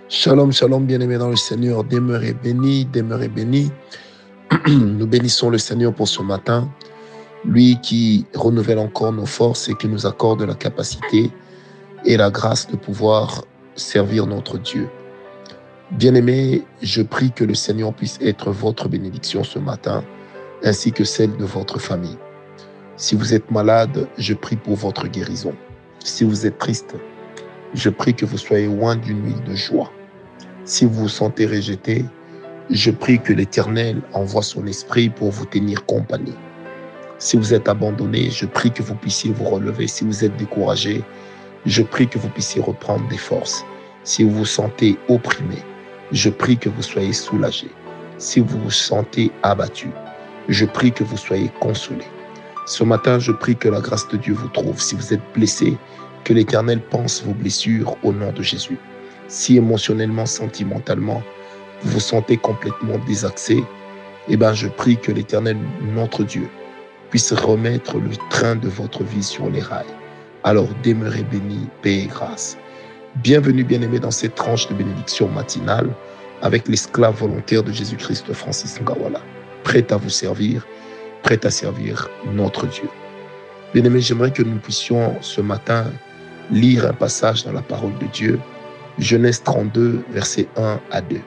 Shalom, shalom, bien-aimés dans le Seigneur, demeurez bénis, demeurez bénis. Nous bénissons le Seigneur pour ce matin, lui qui renouvelle encore nos forces et qui nous accorde la capacité et la grâce de pouvoir servir notre Dieu. Bien-aimés, je prie que le Seigneur puisse être votre bénédiction ce matin, ainsi que celle de votre famille. Si vous êtes malade, je prie pour votre guérison. Si vous êtes triste, je prie que vous soyez loin d'une huile de joie. Si vous vous sentez rejeté, je prie que l'Éternel envoie son esprit pour vous tenir compagnie. Si vous êtes abandonné, je prie que vous puissiez vous relever. Si vous êtes découragé, je prie que vous puissiez reprendre des forces. Si vous vous sentez opprimé, je prie que vous soyez soulagé. Si vous vous sentez abattu, je prie que vous soyez consolé. Ce matin, je prie que la grâce de Dieu vous trouve. Si vous êtes blessé, que l'Éternel pense vos blessures au nom de Jésus. Si émotionnellement, sentimentalement, vous vous sentez complètement désaxé, je prie que l'Éternel, notre Dieu, puisse remettre le train de votre vie sur les rails. Alors demeurez bénis, paix et grâce. Bienvenue, bien-aimés, dans cette tranche de bénédiction matinale avec l'esclave volontaire de Jésus-Christ, Francis Ngawala, prêt à vous servir, prêt à servir notre Dieu. Bien-aimés, j'aimerais que nous puissions ce matin lire un passage dans la parole de Dieu, Genèse 32, versets 1 à 2.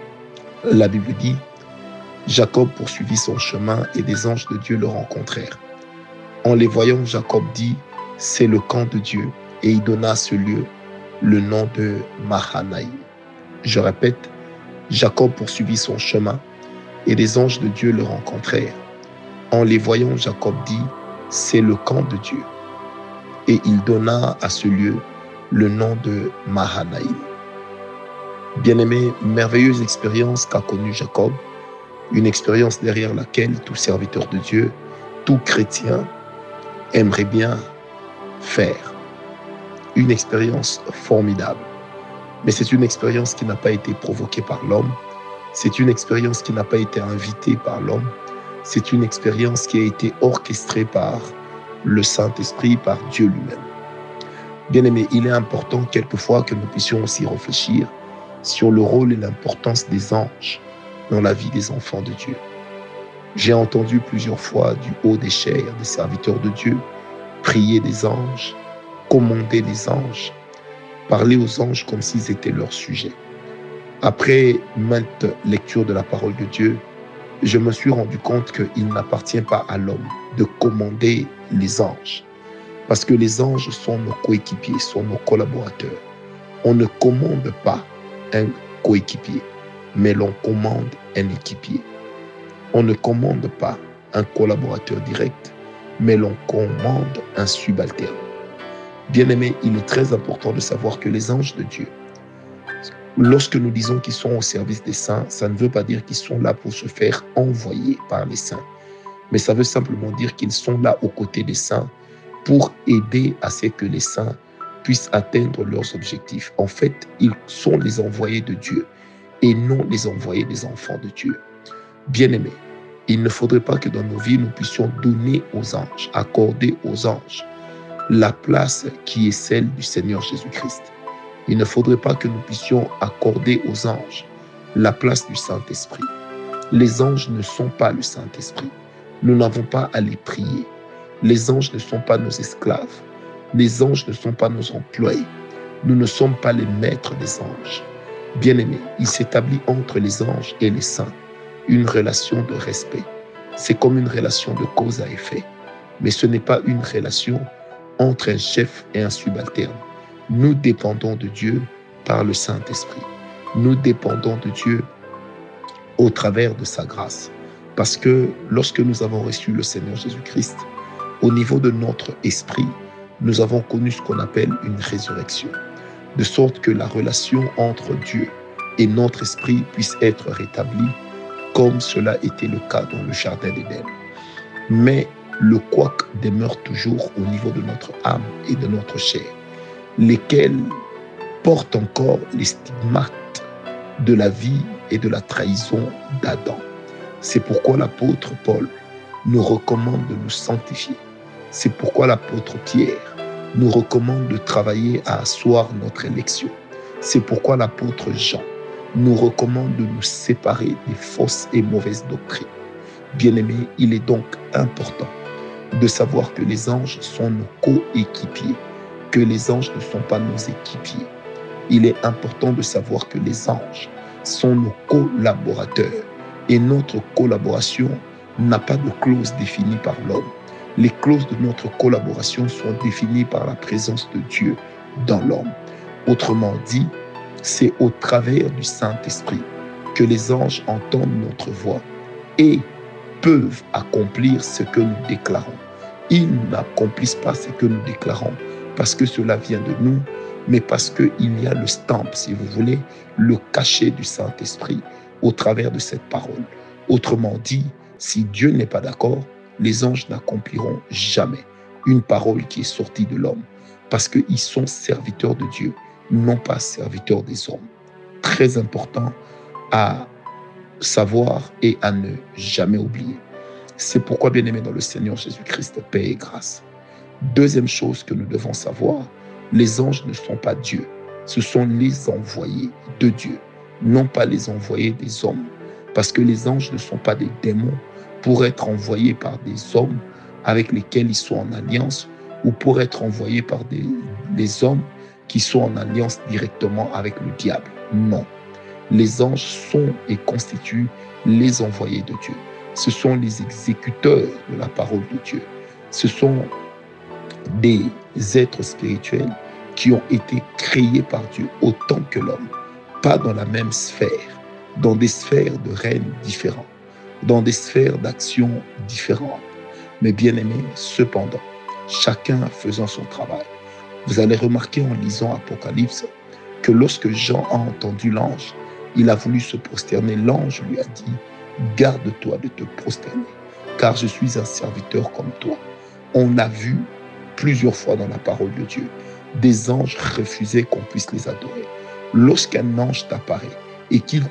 La Bible dit, Jacob poursuivit son chemin et des anges de Dieu le rencontrèrent. En les voyant, Jacob dit, c'est le camp de Dieu, et il donna à ce lieu le nom de Mahanaïm. Je répète, Jacob poursuivit son chemin et des anges de Dieu le rencontrèrent. En les voyant, Jacob dit, c'est le camp de Dieu, et il donna à ce lieu le nom de Mahanaïm. Bien-aimé, merveilleuse expérience qu'a connue Jacob, une expérience derrière laquelle tout serviteur de Dieu, tout chrétien aimerait bien faire. Une expérience formidable. Mais c'est une expérience qui n'a pas été provoquée par l'homme, c'est une expérience qui n'a pas été invitée par l'homme, c'est une expérience qui a été orchestrée par le Saint-Esprit, par Dieu lui-même. Bien-aimé, il est important quelquefois que nous puissions aussi réfléchir sur le rôle et l'importance des anges dans la vie des enfants de Dieu. J'ai entendu plusieurs fois du haut des chairs des serviteurs de Dieu prier des anges, commander des anges, parler aux anges comme s'ils étaient leur sujet. Après maintes lectures de la parole de Dieu, je me suis rendu compte qu'il n'appartient pas à l'homme de commander les anges. Parce que les anges sont nos coéquipiers, sont nos collaborateurs. On ne commande pas un coéquipier, mais l'on commande un équipier. On ne commande pas un collaborateur direct, mais l'on commande un subalterne. Bien-aimé, il est très important de savoir que les anges de Dieu, lorsque nous disons qu'ils sont au service des saints, ça ne veut pas dire qu'ils sont là pour se faire envoyer par les saints, mais ça veut simplement dire qu'ils sont là aux côtés des saints pour aider à ce que les saints puissent atteindre leurs objectifs. En fait, ils sont les envoyés de Dieu et non les envoyés des enfants de Dieu. Bien-aimés, il ne faudrait pas que dans nos vies, nous puissions donner aux anges, accorder aux anges la place qui est celle du Seigneur Jésus-Christ. Il ne faudrait pas que nous puissions accorder aux anges la place du Saint-Esprit. Les anges ne sont pas le Saint-Esprit. Nous n'avons pas à les prier. Les anges ne sont pas nos esclaves. Les anges ne sont pas nos employés. Nous ne sommes pas les maîtres des anges. Bien-aimés, il s'établit entre les anges et les saints une relation de respect. C'est comme une relation de cause à effet. Mais ce n'est pas une relation entre un chef et un subalterne. Nous dépendons de Dieu par le Saint-Esprit. Nous dépendons de Dieu au travers de sa grâce. Parce que lorsque nous avons reçu le Seigneur Jésus-Christ, au niveau de notre esprit, nous avons connu ce qu'on appelle une résurrection. De sorte que la relation entre Dieu et notre esprit puisse être rétablie comme cela était le cas dans le jardin d'Éden. Mais le couac demeure toujours au niveau de notre âme et de notre chair, lesquels portent encore les stigmates de la vie et de la trahison d'Adam. C'est pourquoi l'apôtre Paul nous recommande de nous sanctifier. C'est pourquoi l'apôtre Pierre nous recommande de travailler à asseoir notre élection. C'est pourquoi l'apôtre Jean nous recommande de nous séparer des fausses et mauvaises doctrines. Bien-aimés, il est donc important de savoir que les anges sont nos coéquipiers, que les anges ne sont pas nos équipiers. Il est important de savoir que les anges sont nos collaborateurs et notre collaboration n'a pas de clause définie par l'homme. Les clauses de notre collaboration sont définies par la présence de Dieu dans l'homme. Autrement dit, c'est au travers du Saint-Esprit que les anges entendent notre voix et peuvent accomplir ce que nous déclarons. Ils n'accomplissent pas ce que nous déclarons parce que cela vient de nous, mais parce qu'il y a le stamp, si vous voulez, le cachet du Saint-Esprit au travers de cette parole. Autrement dit, si Dieu n'est pas d'accord, les anges n'accompliront jamais une parole qui est sortie de l'homme, parce qu'ils sont serviteurs de Dieu, non pas serviteurs des hommes. Très important à savoir et à ne jamais oublier. C'est pourquoi, bien-aimés dans le Seigneur Jésus-Christ, paix et grâce. Deuxième chose que nous devons savoir, les anges ne sont pas Dieu. Ce sont les envoyés de Dieu, non pas les envoyés des hommes. Parce que les anges ne sont pas des démons pour être envoyés par des hommes avec lesquels ils sont en alliance ou pour être envoyés par des hommes qui sont en alliance directement avec le diable. Non. Les anges sont et constituent les envoyés de Dieu. Ce sont les exécuteurs de la parole de Dieu. Ce sont des êtres spirituels qui ont été créés par Dieu autant que l'homme, pas dans la même sphère, dans des sphères de règne différentes, dans des sphères d'action différentes. Mais bien aimés, cependant, chacun faisant son travail. Vous allez remarquer en lisant Apocalypse que lorsque Jean a entendu l'ange, il a voulu se prosterner. L'ange lui a dit, garde-toi de te prosterner, car je suis un serviteur comme toi. On a vu plusieurs fois dans la parole de Dieu, des anges refusaient qu'on puisse les adorer. Lorsqu'un ange t'apparaît et qu'il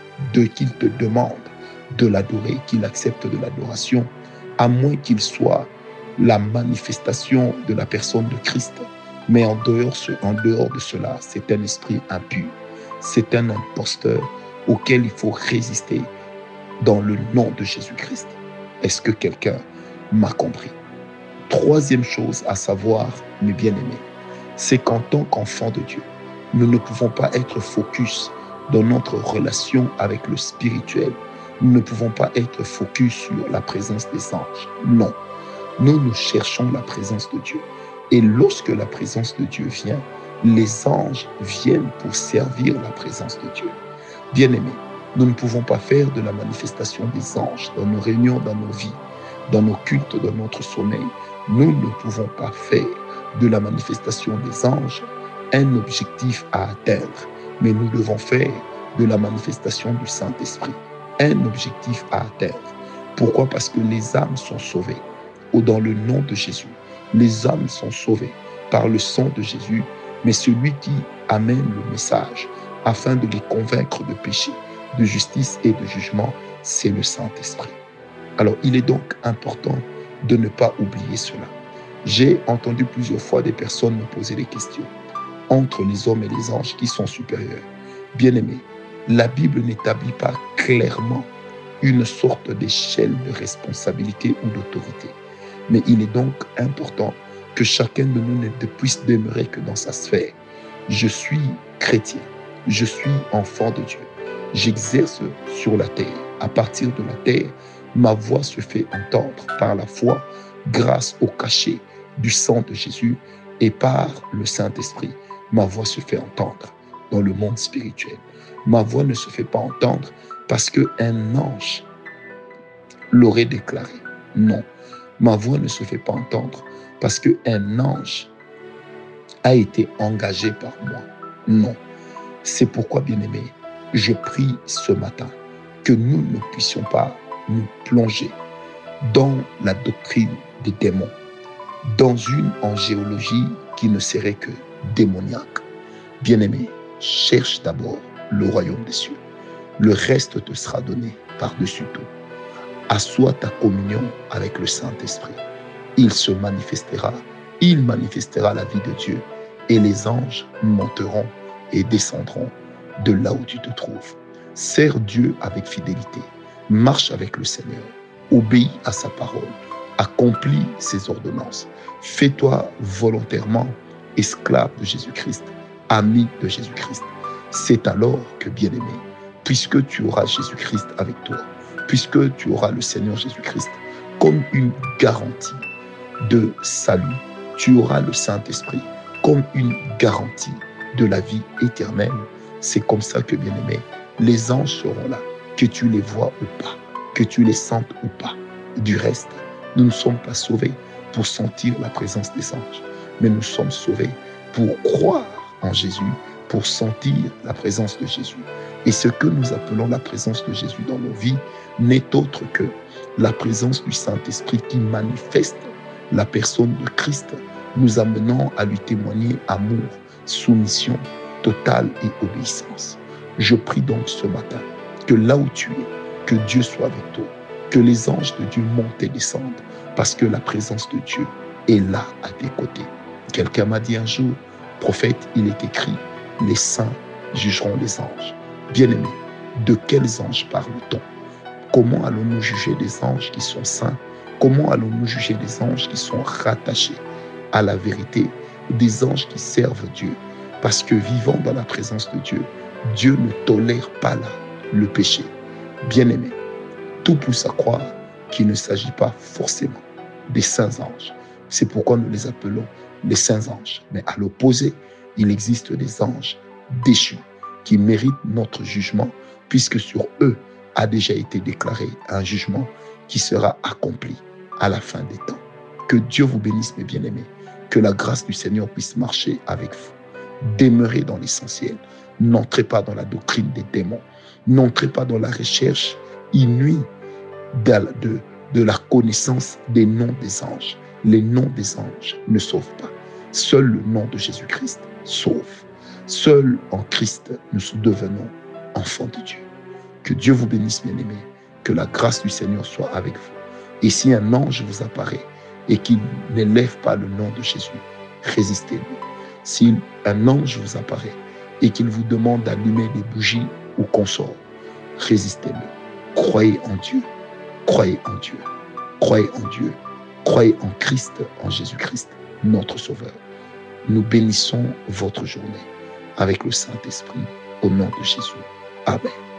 te demande de l'adorer, qu'il accepte de l'adoration, à moins qu'il soit la manifestation de la personne de Christ, mais en dehors de cela, c'est un esprit impur, c'est un imposteur auquel il faut résister dans le nom de Jésus-Christ. Est-ce que quelqu'un m'a compris? Troisième chose à savoir, mes bien-aimés, c'est qu'en tant qu'enfants de Dieu, nous ne pouvons pas être focus dans notre relation avec le spirituel. Nous ne pouvons pas être focus sur la présence des anges. Non, nous cherchons la présence de Dieu. Et lorsque la présence de Dieu vient, les anges viennent pour servir la présence de Dieu. Bien-aimés, nous ne pouvons pas faire de la manifestation des anges dans nos réunions, dans nos vies, dans nos cultes, dans notre sommeil. Nous ne pouvons pas faire de la manifestation des anges un objectif à atteindre, mais nous devons faire de la manifestation du Saint-Esprit un objectif à atteindre. Pourquoi? Parce que les âmes sont sauvées dans le nom de Jésus. Les âmes sont sauvées par le sang de Jésus, mais celui qui amène le message afin de les convaincre de péché, de justice et de jugement, c'est le Saint-Esprit. Alors, il est donc important de ne pas oublier cela. J'ai entendu plusieurs fois des personnes me poser des questions. Entre les hommes et les anges, qui sont supérieurs? Bien-aimés, la Bible n'établit pas clairement une sorte d'échelle de responsabilité ou d'autorité. Mais il est donc important que chacun de nous ne puisse demeurer que dans sa sphère. Je suis chrétien, je suis enfant de Dieu. J'exerce sur la terre. À partir de la terre, ma voix se fait entendre par la foi, grâce au cachet du sang de Jésus et par le Saint-Esprit. Ma voix se fait entendre dans le monde spirituel. Ma voix ne se fait pas entendre parce qu'un ange l'aurait déclaré. Non, ma voix ne se fait pas entendre parce qu'un ange a été engagé par moi. Non, c'est pourquoi, bien-aimés, je prie ce matin que nous ne puissions pas nous plonger dans la doctrine des démons, dans une angéologie qui ne serait que démoniaque. Bien-aimé, cherche d'abord le royaume des cieux. Le reste te sera donné par-dessus tout. Assois ta communion avec le Saint-Esprit. Il manifestera la vie de Dieu et les anges monteront et descendront de là où tu te trouves. Sers Dieu avec fidélité. Marche avec le Seigneur. Obéis à sa parole. Accomplis ses ordonnances. Fais-toi volontairement esclave de Jésus-Christ, ami de Jésus-Christ. C'est alors que, bien-aimé, puisque tu auras Jésus-Christ avec toi, puisque tu auras le Seigneur Jésus-Christ comme une garantie de salut, tu auras le Saint-Esprit comme une garantie de la vie éternelle. C'est comme ça que, bien-aimé, les anges seront là, que tu les vois ou pas, que tu les sentes ou pas. Du reste, nous ne sommes pas sauvés pour sentir la présence des anges, mais nous sommes sauvés pour croire en Jésus, pour sentir la présence de Jésus. Et ce que nous appelons la présence de Jésus dans nos vies n'est autre que la présence du Saint-Esprit qui manifeste la personne de Christ, nous amenant à lui témoigner amour, soumission totale et obéissance. Je prie donc ce matin que là où tu es, que Dieu soit avec toi, que les anges de Dieu montent et descendent, parce que la présence de Dieu est là à tes côtés. Quelqu'un m'a dit un jour, prophète, il est écrit, les saints jugeront les anges. Bien-aimé, de quels anges parle-t-on? Comment allons-nous juger des anges qui sont saints? Comment allons-nous juger des anges qui sont rattachés à la vérité, des anges qui servent Dieu? Parce que vivant dans la présence de Dieu, Dieu ne tolère pas là le péché. Bien-aimé, tout pousse à croire qu'il ne s'agit pas forcément des saints anges. C'est pourquoi nous les appelons les saints anges. Mais à l'opposé, il existe des anges déchus qui méritent notre jugement, puisque sur eux a déjà été déclaré un jugement qui sera accompli à la fin des temps. Que Dieu vous bénisse, mes bien-aimés. Que la grâce du Seigneur puisse marcher avec vous. Demeurez dans l'essentiel. N'entrez pas dans la doctrine des démons. N'entrez pas dans la recherche inouïe de la connaissance des noms des anges. Les noms des anges ne sauvent pas. Seul le nom de Jésus-Christ sauve. Seul en Christ, nous devenons enfants de Dieu. Que Dieu vous bénisse, bien-aimés. Que la grâce du Seigneur soit avec vous. Et si un ange vous apparaît et qu'il n'élève pas le nom de Jésus, résistez-lui. Si un ange vous apparaît et qu'il vous demande d'allumer des bougies ou consort, résistez-le. Croyez en Dieu. Croyez en Dieu. Croyez en Dieu. Croyez en Christ, en Jésus-Christ, notre Sauveur. Nous bénissons votre journée avec le Saint-Esprit au nom de Jésus. Amen.